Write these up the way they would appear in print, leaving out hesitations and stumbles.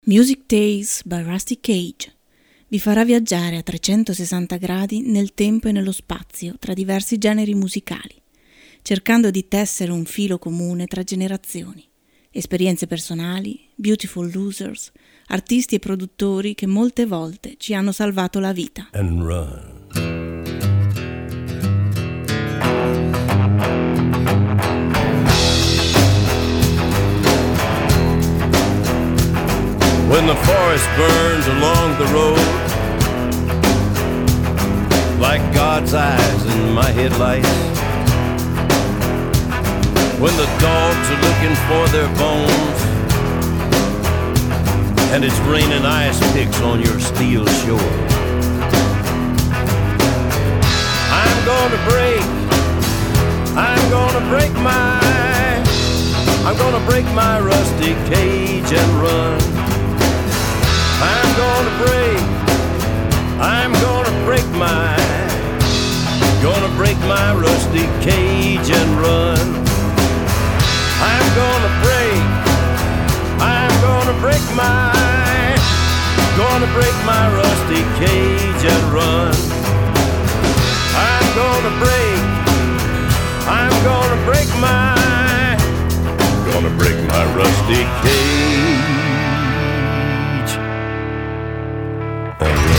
Music Days by Rusty Cage vi farà viaggiare a 360 gradi nel tempo e nello spazio tra diversi generi musicali, cercando di tessere un filo comune tra generazioni, esperienze personali, beautiful losers, artisti e produttori che molte volte ci hanno salvato la vita. And run. When the forest burns along the road, like God's eyes in my headlights, when the dogs are looking for their bones, and it's raining ice picks on your steel shore, I'm gonna break my rusty cage and run. I'm gonna break my rusty cage and run. I'm gonna break my rusty cage and run. I'm gonna break my rusty cage and run.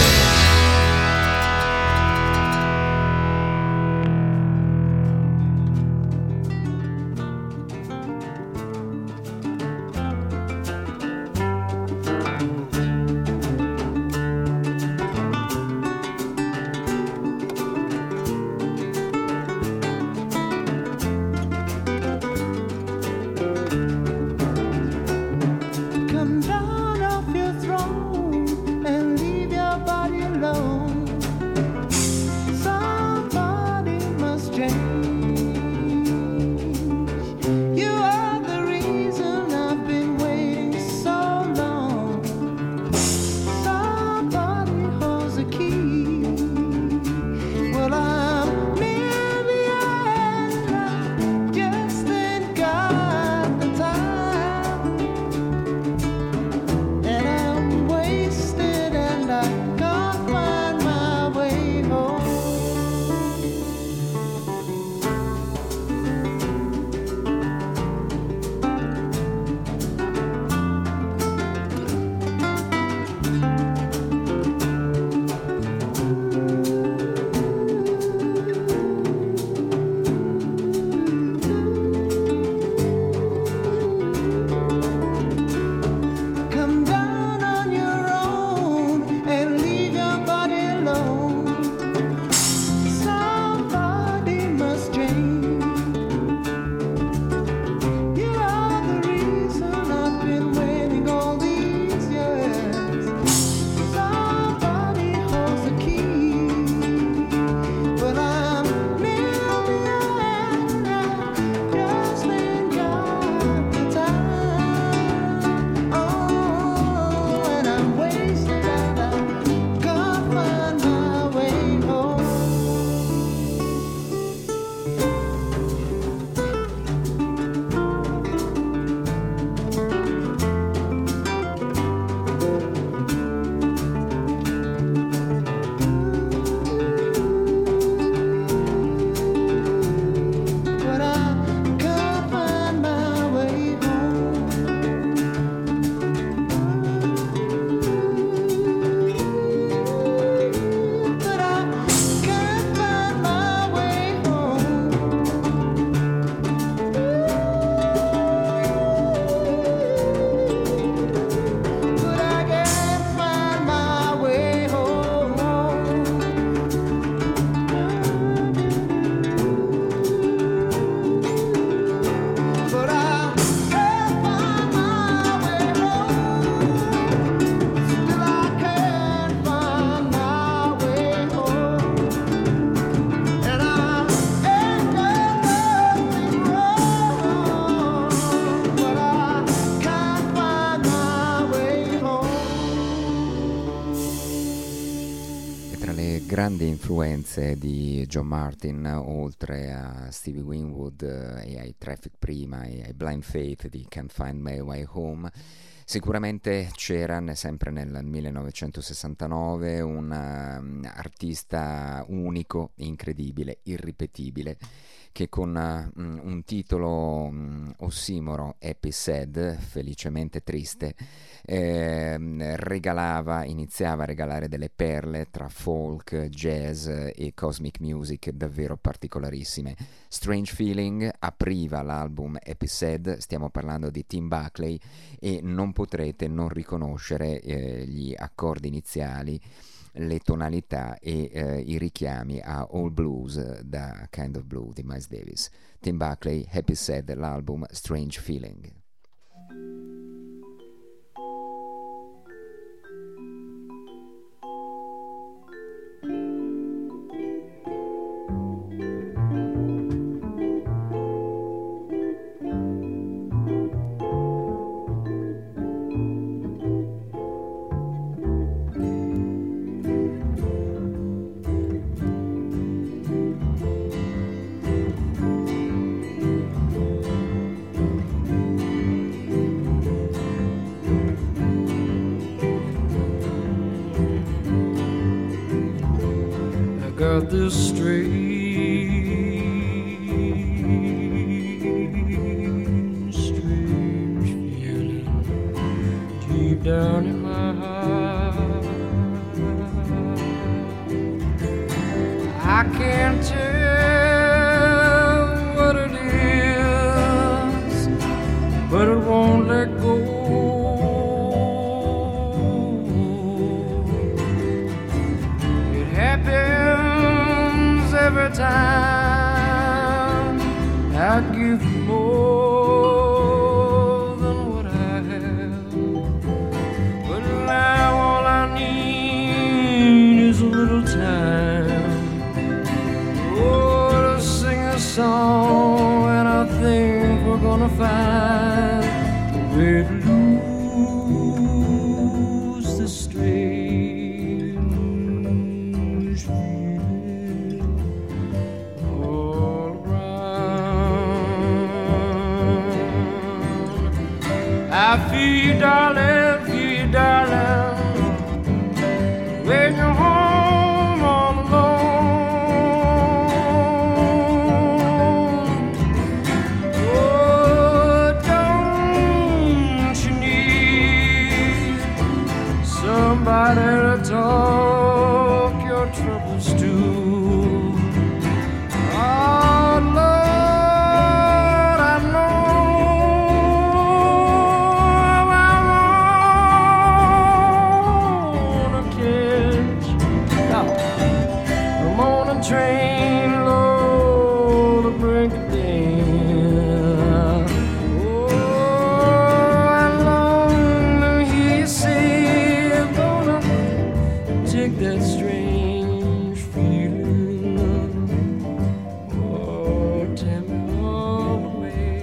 Grandi influenze di John Martyn, oltre a Stevie Winwood e ai Traffic prima e ai Blind Faith di Can't Find My Way Home, Sicuramente c'era, sempre nel 1969, un artista unico, incredibile, irripetibile, che con un titolo ossimoro, Happy Sad, felicemente triste, iniziava a regalare delle perle tra folk, jazz e cosmic music davvero particolarissime. Strange Feeling apriva l'album Happy Sad, stiamo parlando di Tim Buckley, e non potrete non riconoscere gli accordi iniziali, le tonalità e i richiami a All Blues da Kind of Blue di Miles Davis. Tim Buckley, Happy Sad, l'album Strange Feeling. Got this strange feeling deep down in my heart. I can't tell what it is, but it won't let go. Every time I give you more than what I have, but now all I need is a little time, oh, to sing a song, and I think we're gonna find a way to lose the strange feeling. I feel you, darling, when you're home all alone. Oh, don't you need somebody to talk your troubles to? Oh, Lord, I know train low to break it down. Oh, I long to hear you say I'm gonna take that strange feeling. Oh, tell me all the way.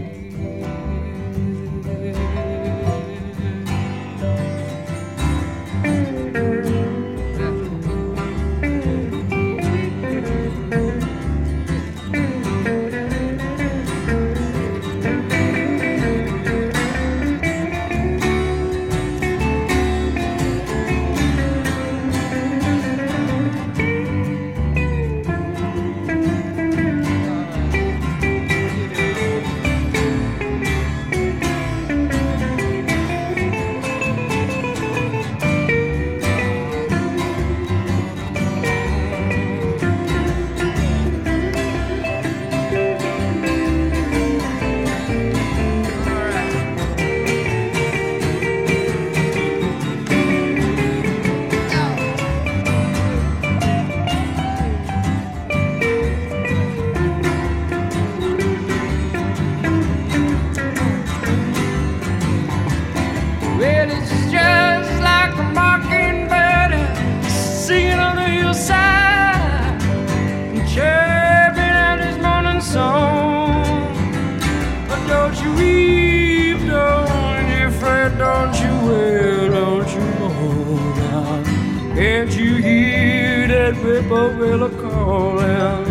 Don't you wail, don't you moan now? Can't you hear that whippoorwill calling?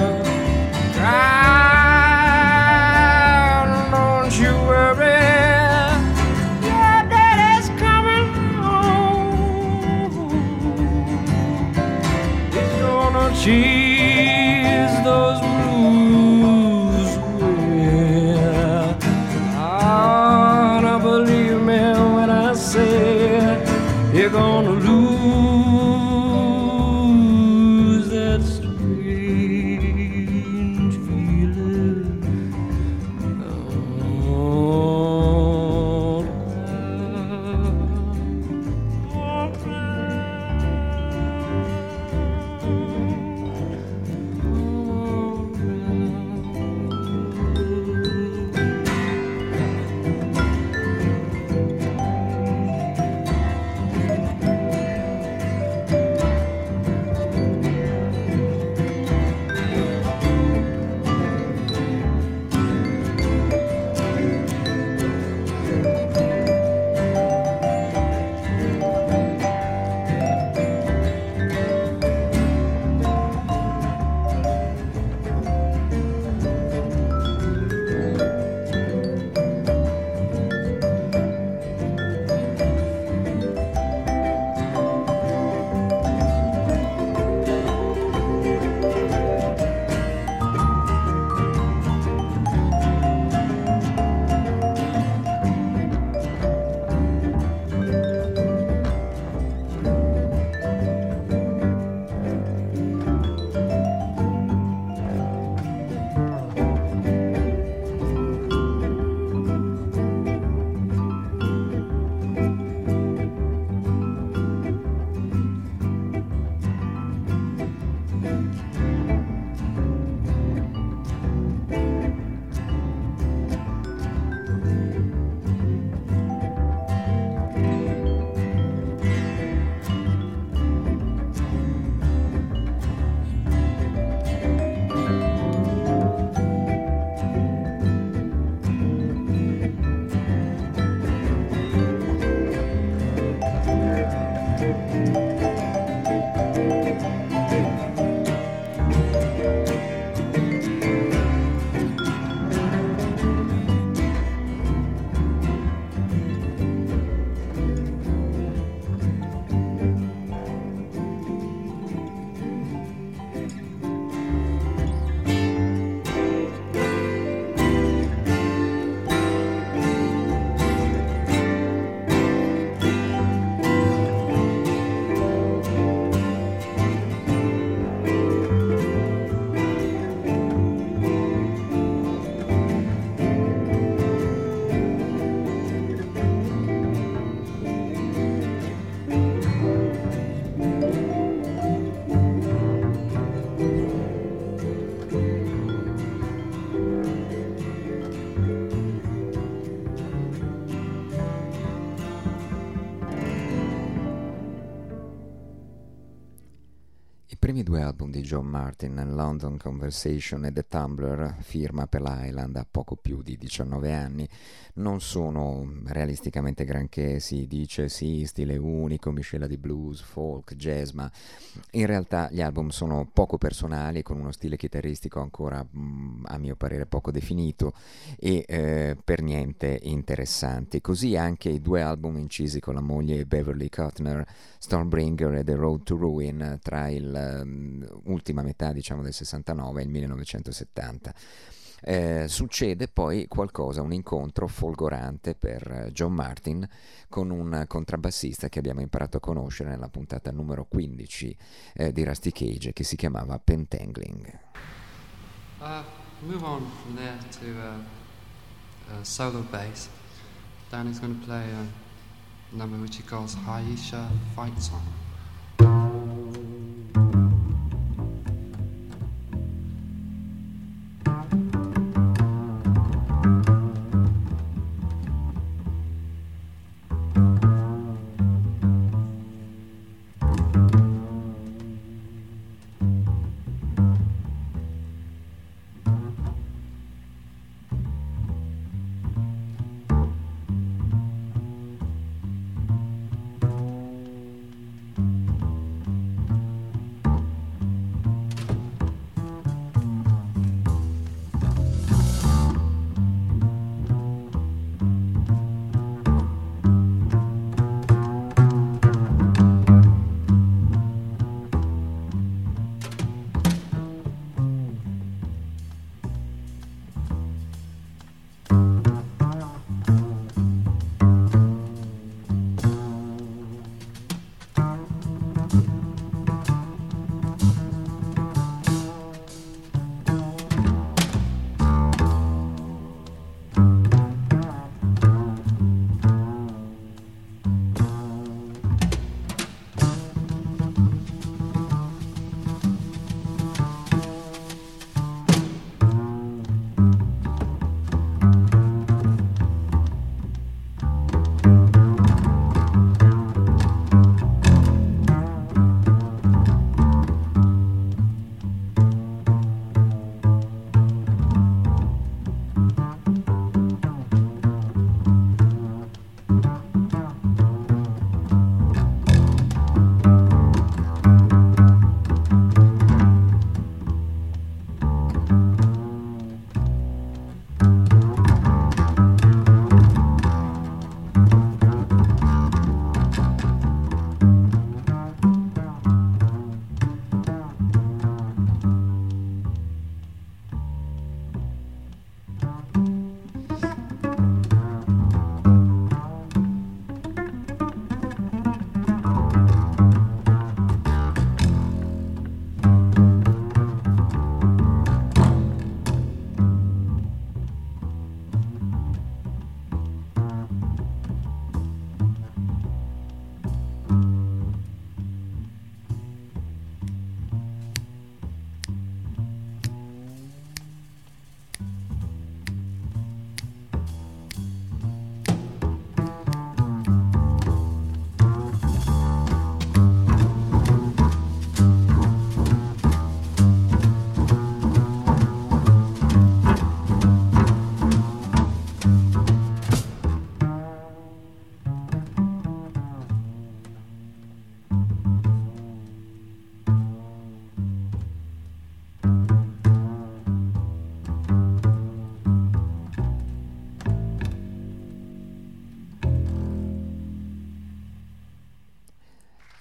Child, don't you worry, your daddy's chase those blues away. Ah, now believe me when I say you're gonna lose that strange feeling. I primi due album di John Martin, London Conversation e The Tumbler, firma per l'Island a poco più di 19 anni, non sono realisticamente granché. Si dice sì, stile unico, miscela di blues, folk, jazz, ma in realtà gli album sono poco personali, con uno stile chitarristico ancora a mio parere poco definito e per niente interessanti. Così anche i due album incisi con la moglie Beverly Kuttner, Stormbringer e The Road to Ruin, tra l'ultima metà diciamo del 69 e il 1970. Succede poi qualcosa, un incontro folgorante per John Martin con un contrabbassista che abbiamo imparato a conoscere nella puntata numero 15 di Rusty Cage, che si chiamava Pentangling. Move on from there to solo bass. Danny's going to play a number which he calls Haisha Fight Song.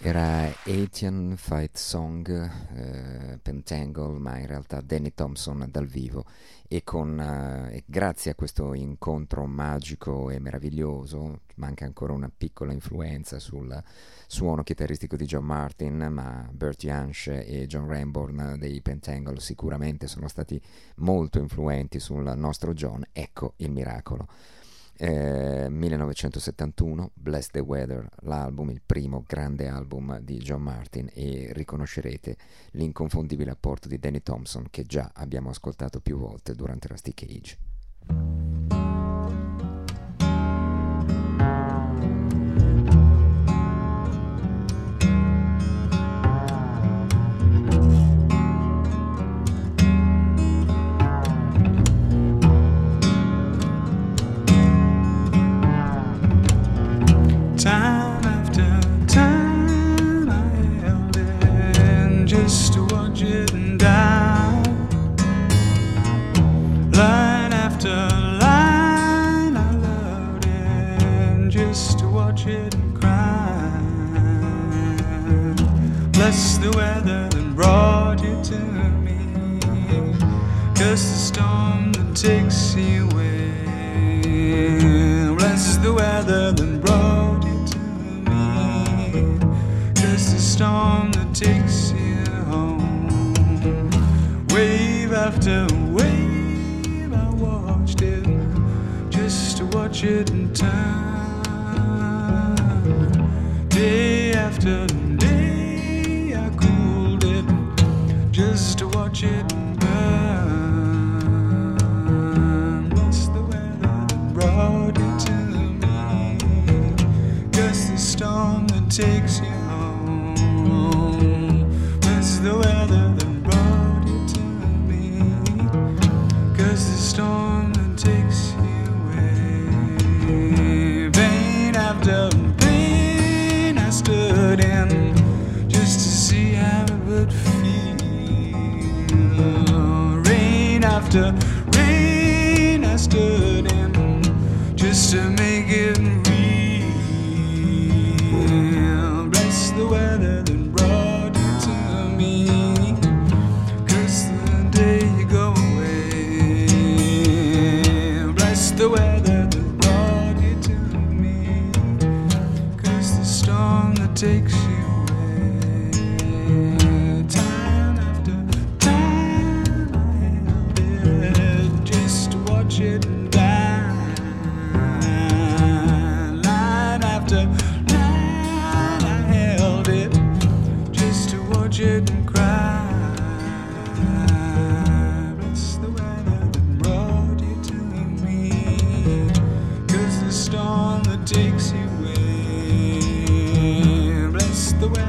Era 18 Fight Song, Pentangle, ma in realtà Danny Thompson dal vivo, e grazie a questo incontro magico e meraviglioso, manca ancora una piccola influenza sul suono chitarristico di John Martin, ma Bert Jansch e John Ramborn dei Pentangle sicuramente sono stati molto influenti sul nostro John. Ecco il miracolo. 1971, Bless the Weather, l'album, il primo grande album di John Martin, e riconoscerete l'inconfondibile apporto di Danny Thompson che già abbiamo ascoltato più volte durante Rusty Cage. Time after time I held it just to watch it die. Line after line I loved it just to watch it cry. Bless the weather that brought you to me, curse the storm that takes you away. Bless the weather that brought you, the storm that takes you home. Wave after wave I watched it just to watch it turn. Day after day I cooled it just to watch it burn. What's the weather that brought you to me? Guess the storm that takes you home. The weather that brought you to me, 'cause the storm that takes you away. Pain after pain I stood in just to see how it would feel. Rain after rain I stood in just to make it real. Bless the weather that brought you to me, 'cause the day you go away. Bless the weather that brought you to me, 'cause the storm that takes you away. Time after time I held it just to watch it die. Line after line I held it just to watch it cry. Bless the weather that brought you to me, 'cause the storm that takes you away. Bless the weather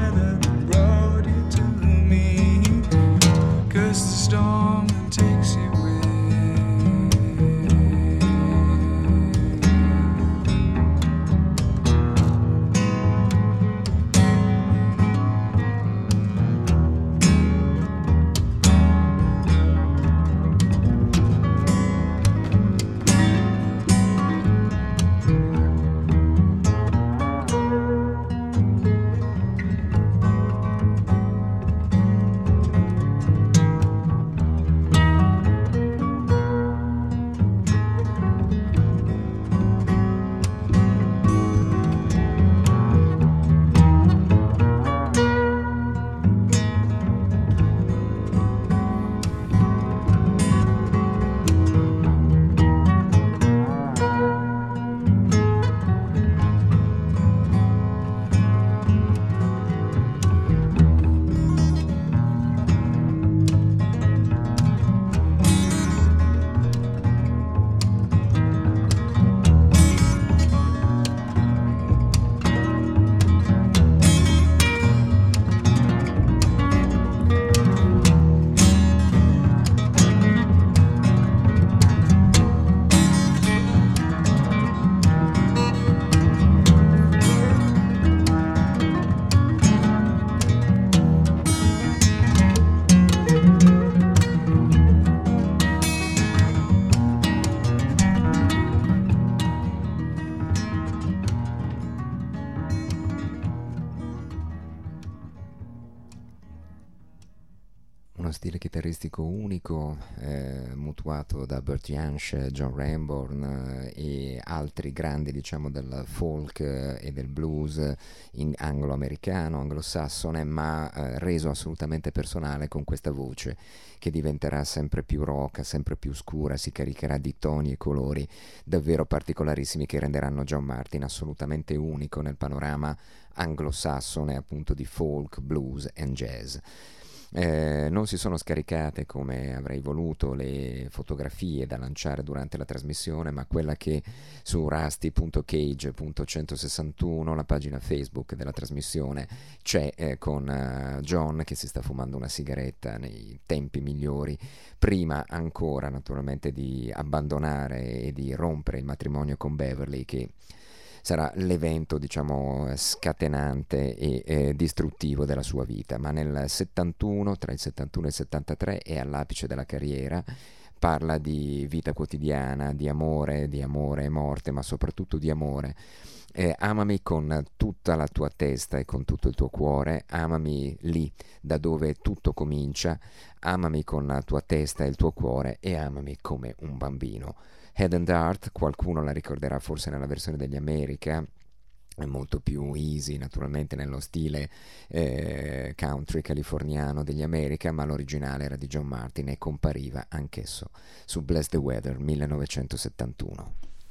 uno stile chitarristico unico, mutuato da Bert Jansch, John Renbourn e altri grandi, diciamo, del folk e del blues anglo-americano, anglosassone, ma reso assolutamente personale con questa voce che diventerà sempre più roca, sempre più scura, si caricherà di toni e colori davvero particolarissimi che renderanno John Martyn assolutamente unico nel panorama anglosassone, appunto, di folk, blues e jazz. Non si sono scaricate come avrei voluto le fotografie da lanciare durante la trasmissione, ma quella che su rusty.cage.161, la pagina Facebook della trasmissione, c'è con John che si sta fumando una sigaretta nei tempi migliori, prima ancora naturalmente di abbandonare e di rompere il matrimonio con Beverly, che sarà l'evento, diciamo, scatenante e distruttivo della sua vita. Ma nel 71, tra il 71 e il 73, è all'apice della carriera, parla di vita quotidiana, di amore e morte, ma soprattutto di amore. Amami con tutta la tua testa e con tutto il tuo cuore, amami lì da dove tutto comincia, amami con la tua testa e il tuo cuore e amami come un bambino. Head and Heart, qualcuno la ricorderà forse nella versione degli America, è molto più easy naturalmente nello stile country californiano degli America, ma l'originale era di John Martyn e compariva anch'esso su Bless the Weather 1971.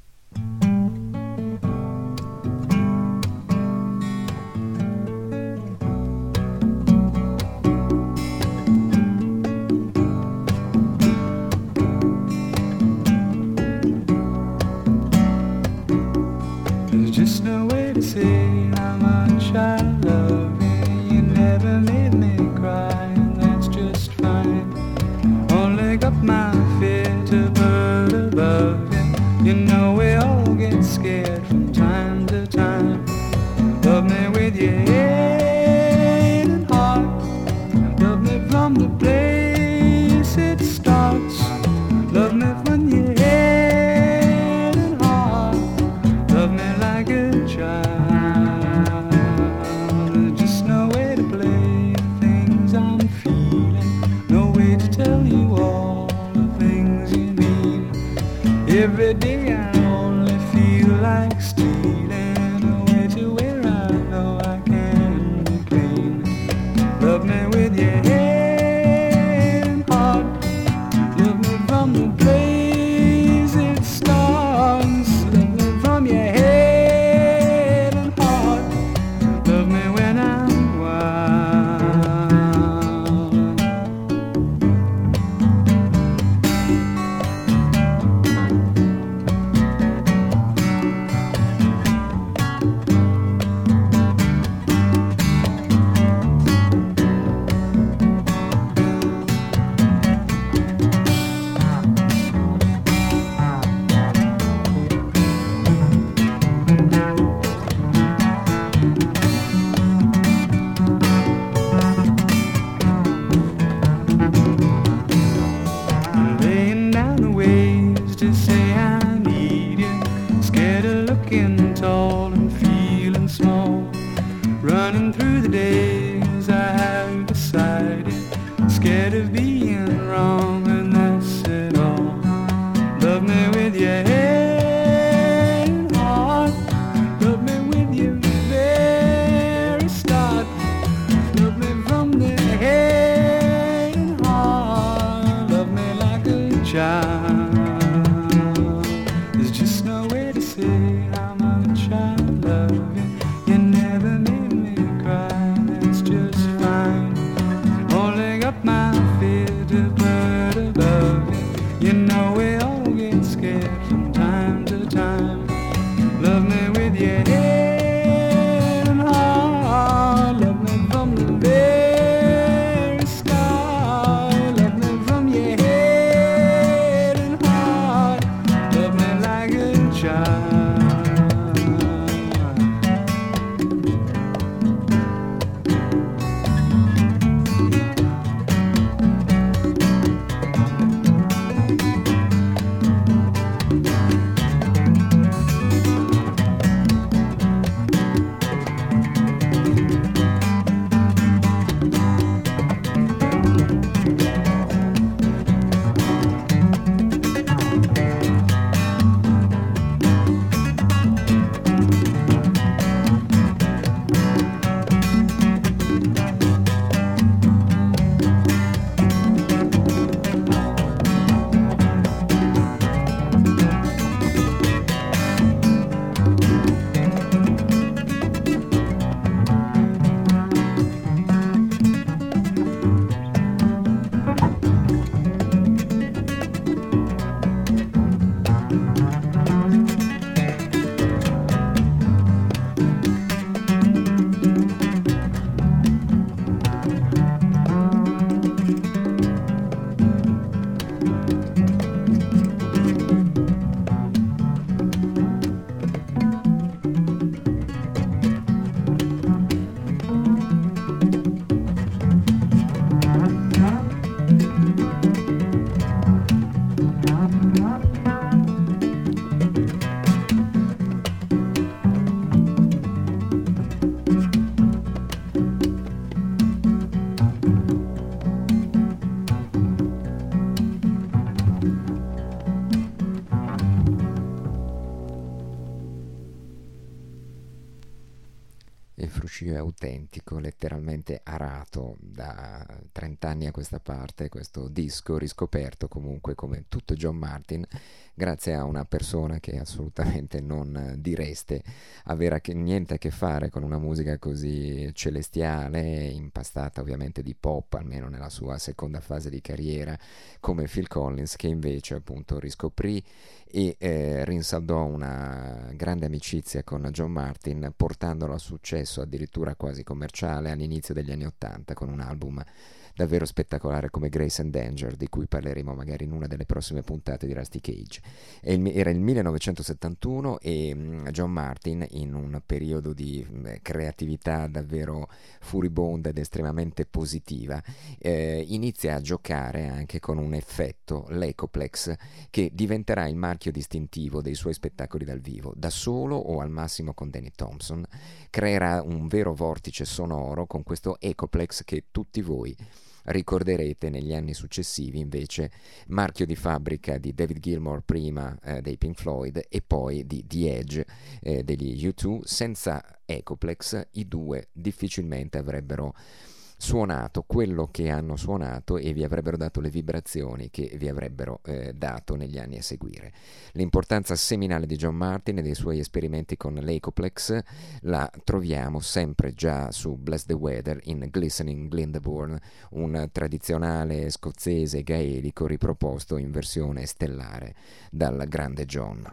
Just no way to say how much I love you. You never made me cry, and that's just fine. Only got my fear to bird above you. You know we all get scared from time to time. Love me with your head and heart. Love me from the place it starts. Love me from your head and heart. Love me like a child. Just no way to play the things I'm feeling. No way to tell you all the things you mean. Every day I only feel like stealing away to where I know I can be clean. Love me with your head and heart. Love me from the place it starts. Love me from your head and heart. Love me when I'm wild. Laying down the ways to say I need you. Scared of looking tall and feeling small. Running through the days I have beside you. Scared of being wrong, and that's it all. Love me with your head and heart. Love me with your very start. Love me from the head and heart. Love me like a child. There's just no way to say how much I love you. You never made me cry, that's just fine. Only got my fears autentico, letteralmente arato da 30 anni a questa parte, questo disco riscoperto comunque come tutto John Martyn, grazie a una persona che assolutamente non direste avere niente a che fare con una musica così celestiale, impastata ovviamente di pop, almeno nella sua seconda fase di carriera, come Phil Collins, che invece appunto riscoprì e rinsaldò una grande amicizia con John Martyn, portandolo a successo addirittura quasi commerciale all'inizio degli anni '80 con un album davvero spettacolare come Grace and Danger, di cui parleremo magari in una delle prossime puntate di Rusty Cage. Era il 1971 e John Martyn, in un periodo di creatività davvero furibonda ed estremamente positiva, inizia a giocare anche con un effetto, l'Ecoplex, che diventerà il marchio distintivo dei suoi spettacoli dal vivo. Da solo o al massimo con Danny Thompson creerà un vero vortice sonoro con questo Ecoplex che tutti voi ricorderete negli anni successivi invece marchio di fabbrica di David Gilmour prima dei Pink Floyd e poi di The Edge degli U2. Senza Ecoplex i due difficilmente avrebbero suonato quello che hanno suonato e vi avrebbero dato le vibrazioni che vi avrebbero dato negli anni a seguire. L'importanza seminale di John Martyn e dei suoi esperimenti con l'Ecoplex la troviamo sempre già su Bless the Weather in Glistening Glyndebourne, un tradizionale scozzese gaelico riproposto in versione stellare dal grande John.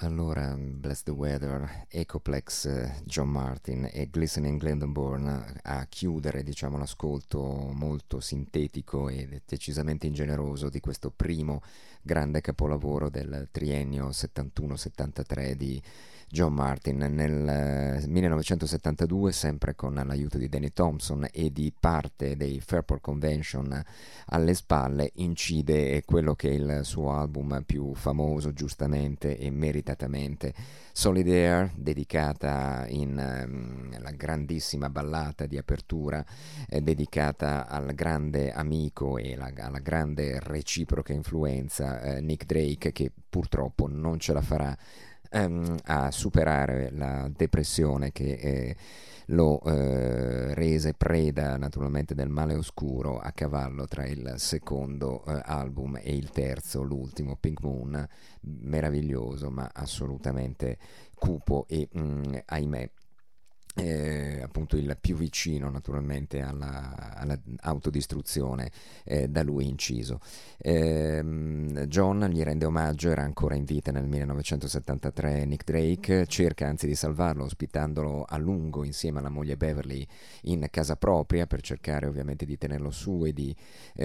Allora, Bless the Weather, Echoplex, John Martin e Glistening Glendenborn a chiudere, diciamo, l'ascolto molto sintetico e decisamente ingeneroso di questo primo grande capolavoro del triennio 71-73 di John Martin. Nel 1972, sempre con l'aiuto di Danny Thompson e di parte dei Fairport Convention alle spalle, incide quello che è il suo album più famoso, giustamente e meritatamente, Solid Air, dedicata la grandissima ballata di apertura, dedicata al grande amico e alla grande reciproca influenza Nick Drake, che purtroppo non ce la farà a superare la depressione che lo rese preda naturalmente del male oscuro a cavallo tra il secondo album e il terzo, l'ultimo, Pink Moon, meraviglioso ma assolutamente cupo e ahimè appunto il più vicino naturalmente alla autodistruzione da lui inciso. John gli rende omaggio, era ancora in vita nel 1973 Nick Drake, cerca anzi di salvarlo ospitandolo a lungo insieme alla moglie Beverly in casa propria per cercare ovviamente di tenerlo su e di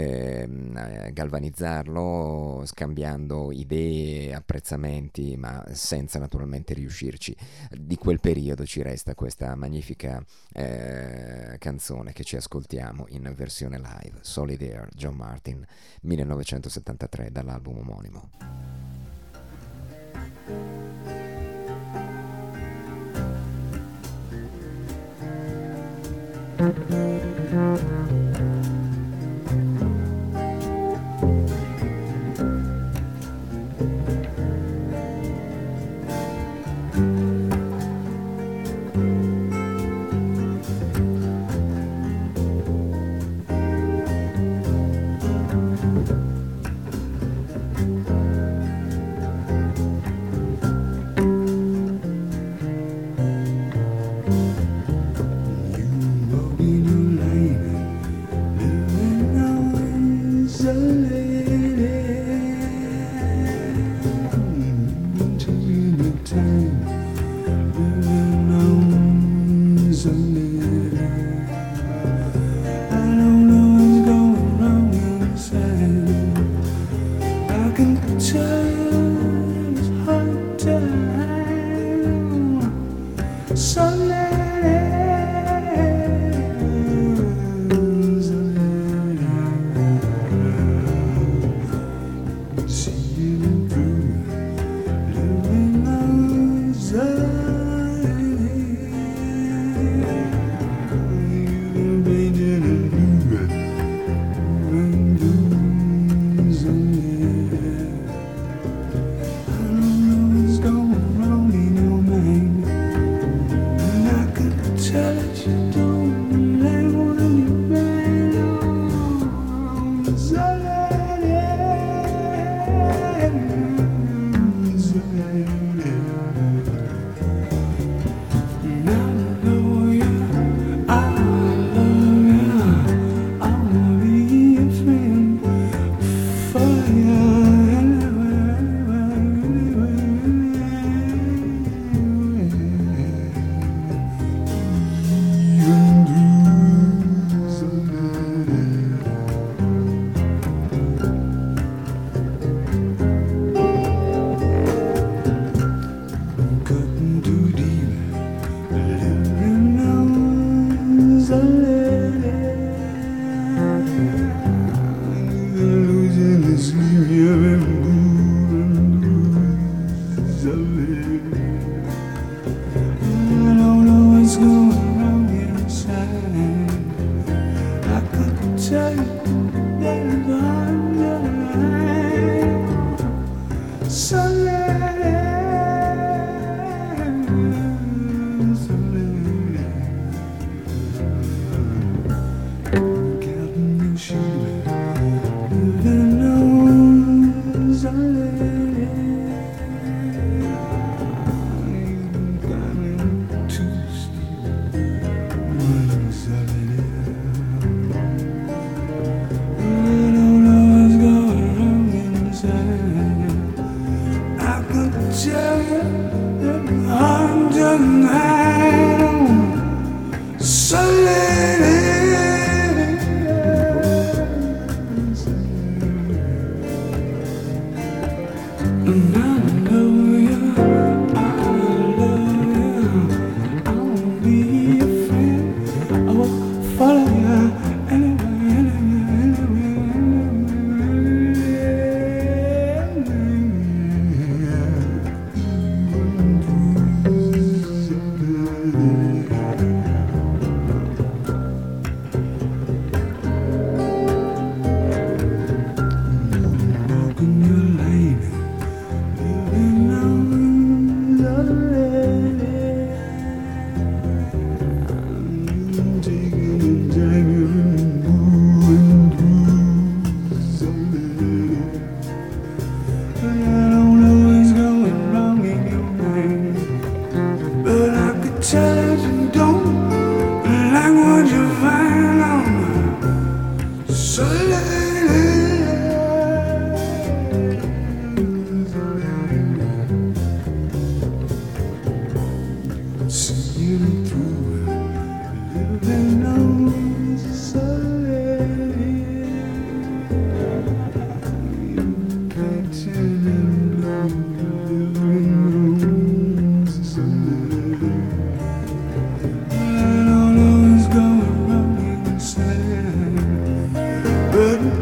galvanizzarlo, scambiando idee, apprezzamenti, ma senza naturalmente riuscirci. Di quel periodo ci resta questa magnifica canzone che ci ascoltiamo in versione live, Solid Air, John Martin, 1973, dall'album omonimo.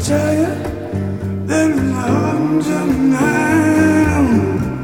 tell you that my heart's a mine.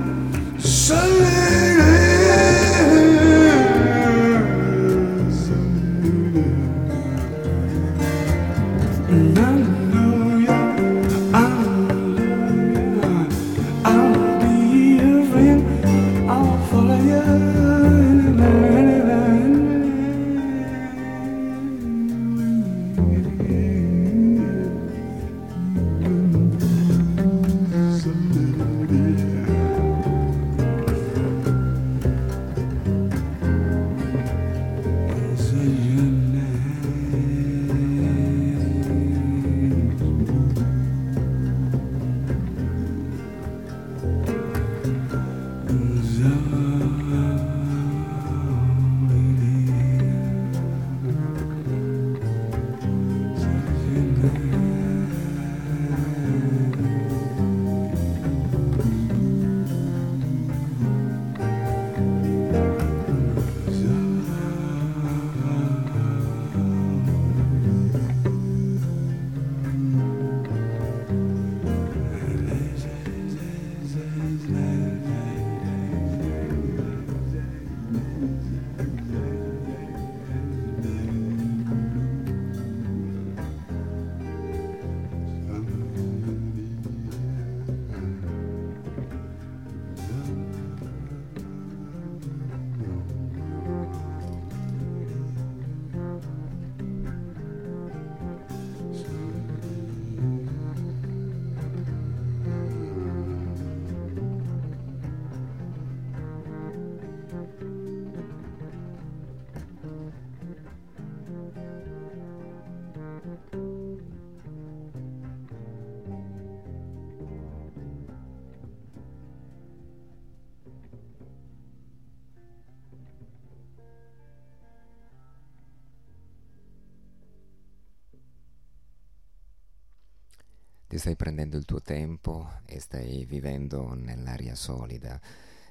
Ti stai prendendo il tuo tempo e stai vivendo nell'aria solida,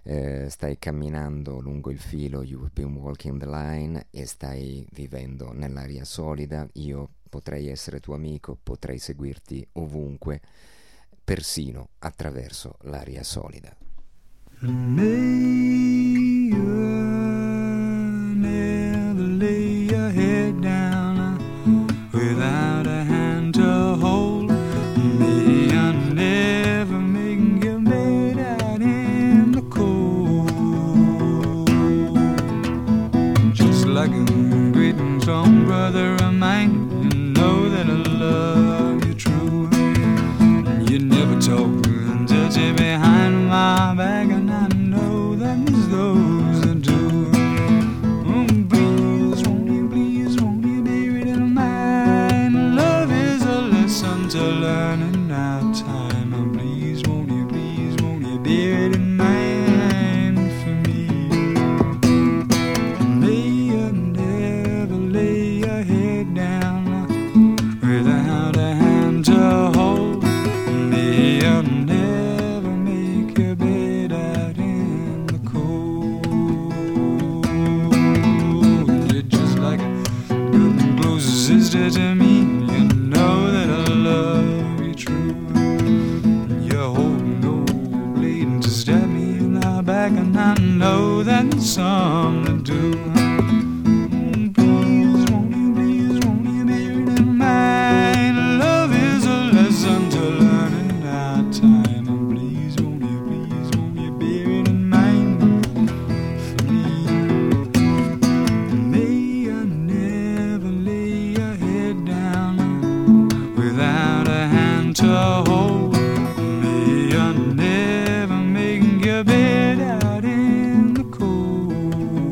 stai camminando lungo il filo, you've been walking the line, e stai vivendo nell'aria solida. Io potrei essere tuo amico, potrei seguirti ovunque, persino attraverso l'aria solida. May you never lay your head down without a hand to hold. May you never make your bed out in the cold. Just like a great and strong brother of mine, you know that I love you true. You never talk and touch it behind my back, and I know that it's those that do. Please, won't you be read in mine? Love is a lesson to learn in our time. And please, won't you be read in mine for me? May you never lay your head down without a hand to hold. May you never make your bed out in the cold. You're just like a good and close sister to me. You know that I love you true. You're holding no blade and to stab me in the back, and I know that's something to do. Please, won't you be read in mine? Love is a lesson to learn in our time. And please, won't you be read in mine for me? May you never lay your head down without a hand to hold. May you never make your bed out in the cold.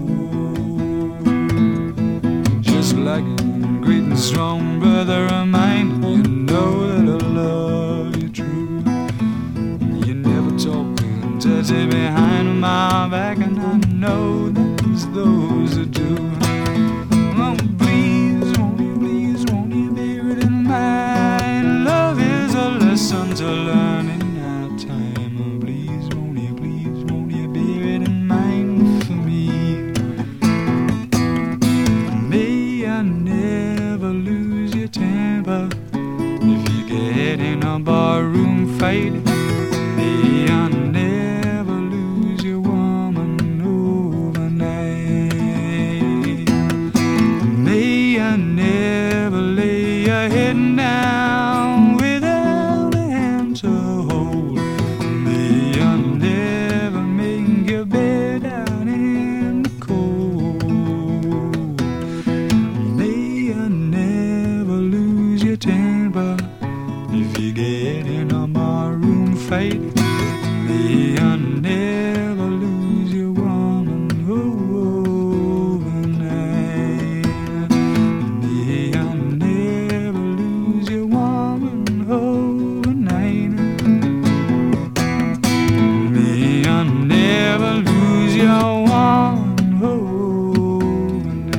Just like a great and strong brother of mine, you know that I love you true. You never talk and touch it behind my back, and I know there's those that do. Oh, please, won't you be read in mine? Love is a lesson to learn in our time. Oh, please, won't you be read in mine for me? May I never lose your temper if you get barroom fight. May I never lose your woman overnight. May I never lay your head down without a hand to hold. May I never make your bed out in the cold. May I never lose your temper if you get in a barroom fight. May I never lose your woman overnight. May I never lose your woman overnight. May I never lose your woman overnight.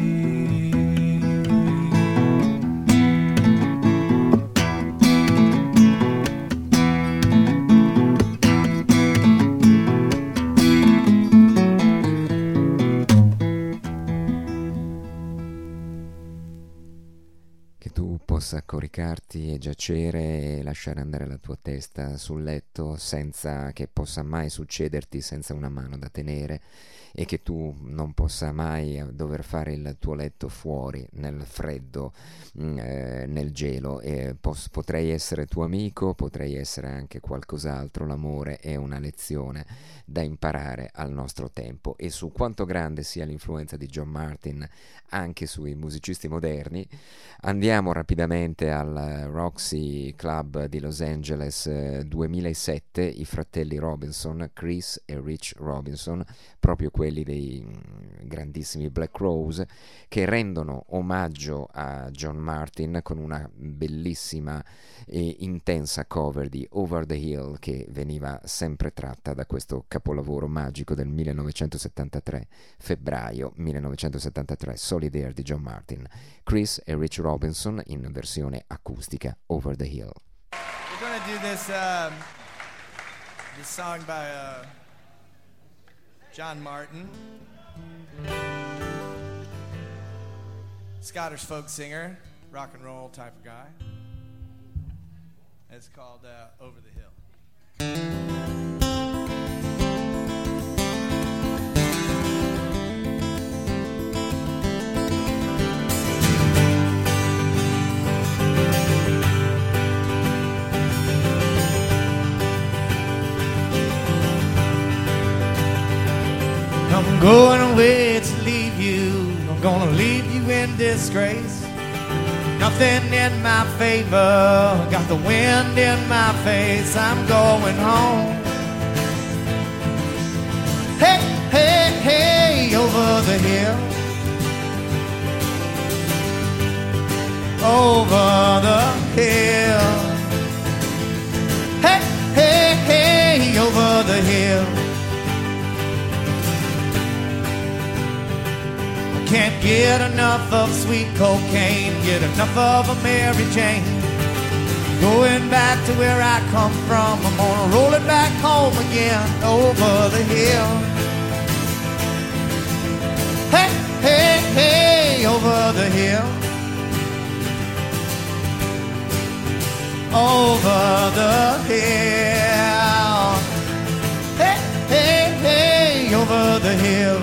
Che tu possa coricarti e giacere e lasciare andare la tua testa sul letto senza che possa mai succederti senza una mano da tenere, e che tu non possa mai dover fare il tuo letto fuori nel freddo, nel gelo. E potrei essere tuo amico, potrei essere anche qualcos'altro. L'amore è una lezione da imparare al nostro tempo, e su quanto grande sia l'influenza di John Martyn anche sui musicisti moderni andiamo rapidamente al Roxy Club di Los Angeles 2007. I fratelli Robinson, Chris e Rich Robinson, proprio quelli dei grandissimi Black Crowes, che rendono omaggio a John Martyn con una bellissima e intensa cover di Over the Hill, che veniva sempre tratta da questo capolavoro magico del 1973, febbraio 1973, Solid Air di John Martyn. Chris e Rich Robinson in versione acustica, Over the Hill. We're going to do this song by John Martyn, Scottish folk singer, rock and roll type of guy. It's called Over the Hill. I'm going away to leave you. I'm gonna leave you in disgrace. Nothing in my favor, got the wind in my face. I'm going home. Hey, hey, hey, over the hill. Over the hill. Hey, hey, hey, over the hill. Can't get enough of sweet cocaine, get enough of a Mary Jane. Going back to where I come from, I'm gonna roll it back home again, over the hill. Hey, hey, hey, over the hill. Over the hill. Hey, hey, hey, over the hill.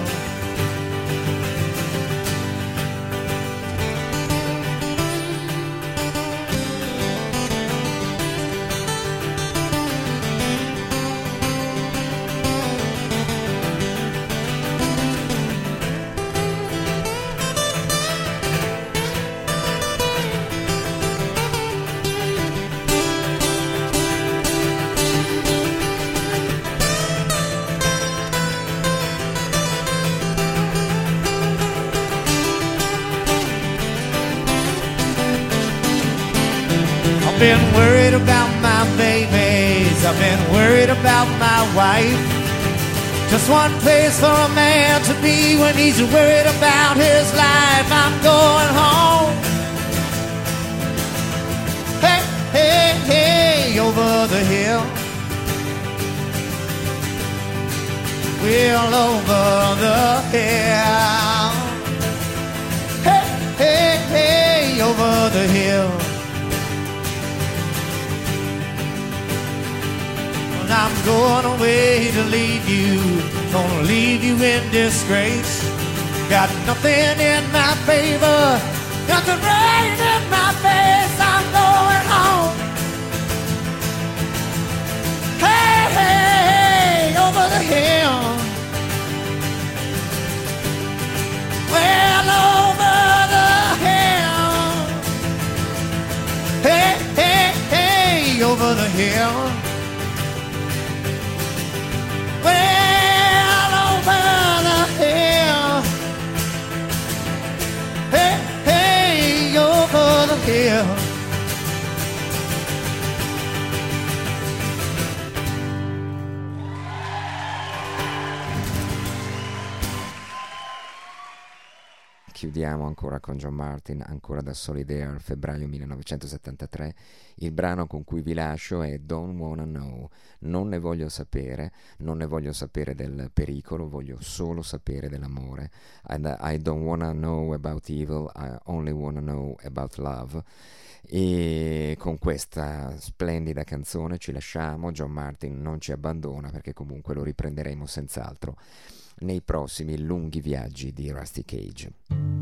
I've been worried about my babies, I've been worried about my wife. Just one place for a man to be when he's worried about his life. I'm going home. Hey, hey, hey, over the hill. Well, over the hill. Hey, hey, hey, over the hill. I'm going away to leave you, gonna leave you in disgrace. Got nothing in my favor, got the rain in my face. I'm going home. Hey, hey, hey, over the hill. Well, over the hill. Hey, hey, hey, over the hill. Well, over the hill. Hey, hey, over the hill. Chiudiamo ancora con John Martyn, ancora da Solid Air, febbraio 1973. Il brano con cui vi lascio è Don't Wanna Know. Non ne voglio sapere del pericolo, voglio solo sapere dell'amore. And I don't wanna know about evil, I only wanna know about love. E con questa splendida canzone ci lasciamo. John Martyn non ci abbandona, perché comunque lo riprenderemo senz'altro nei prossimi lunghi viaggi di Rusty Cage.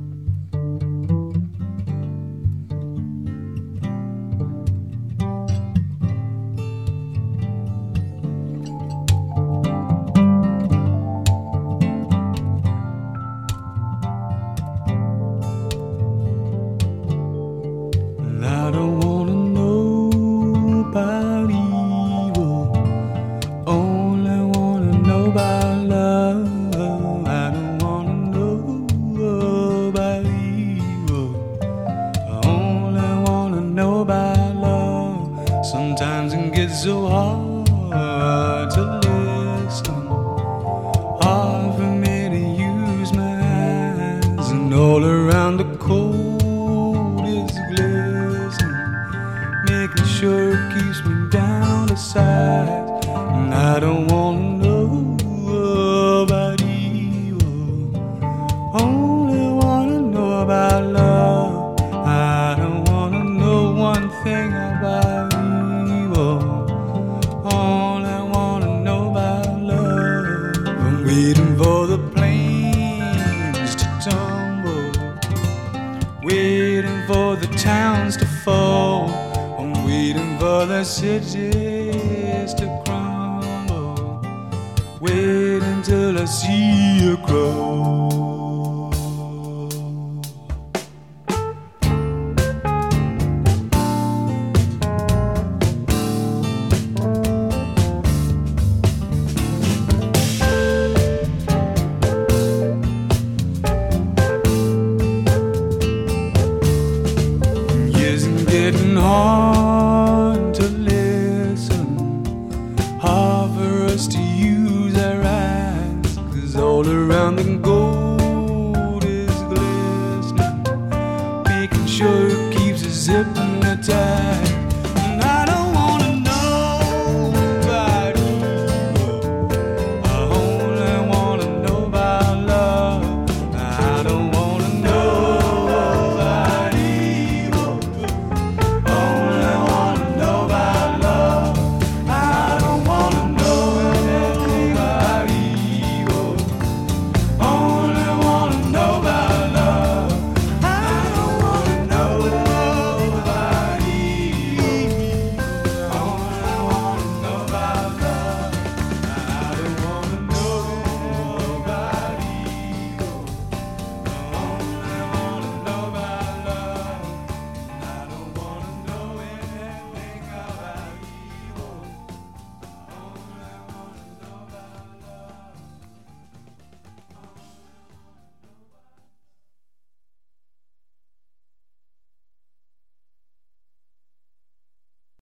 I don't wanna know about evil, only wanna know about love. I don't wanna know about evil, I only wanna know about love. Sometimes it gets so hard to listen, hard for me to use my hands, and all around the cold is glistening, making sure it keeps me down to sight. And I don't wanna know about evil, only wanna know about love. I don't wanna know one thing about evil, only wanna know about love. I'm waiting for the planes to tumble, waiting for the towns to fall, I'm waiting for the cities to crumble, waiting till I see you grow. Getting hard to listen, hard for us to use our eyes, 'cause all around the gold is glistening, making sure it keeps us hypnotized.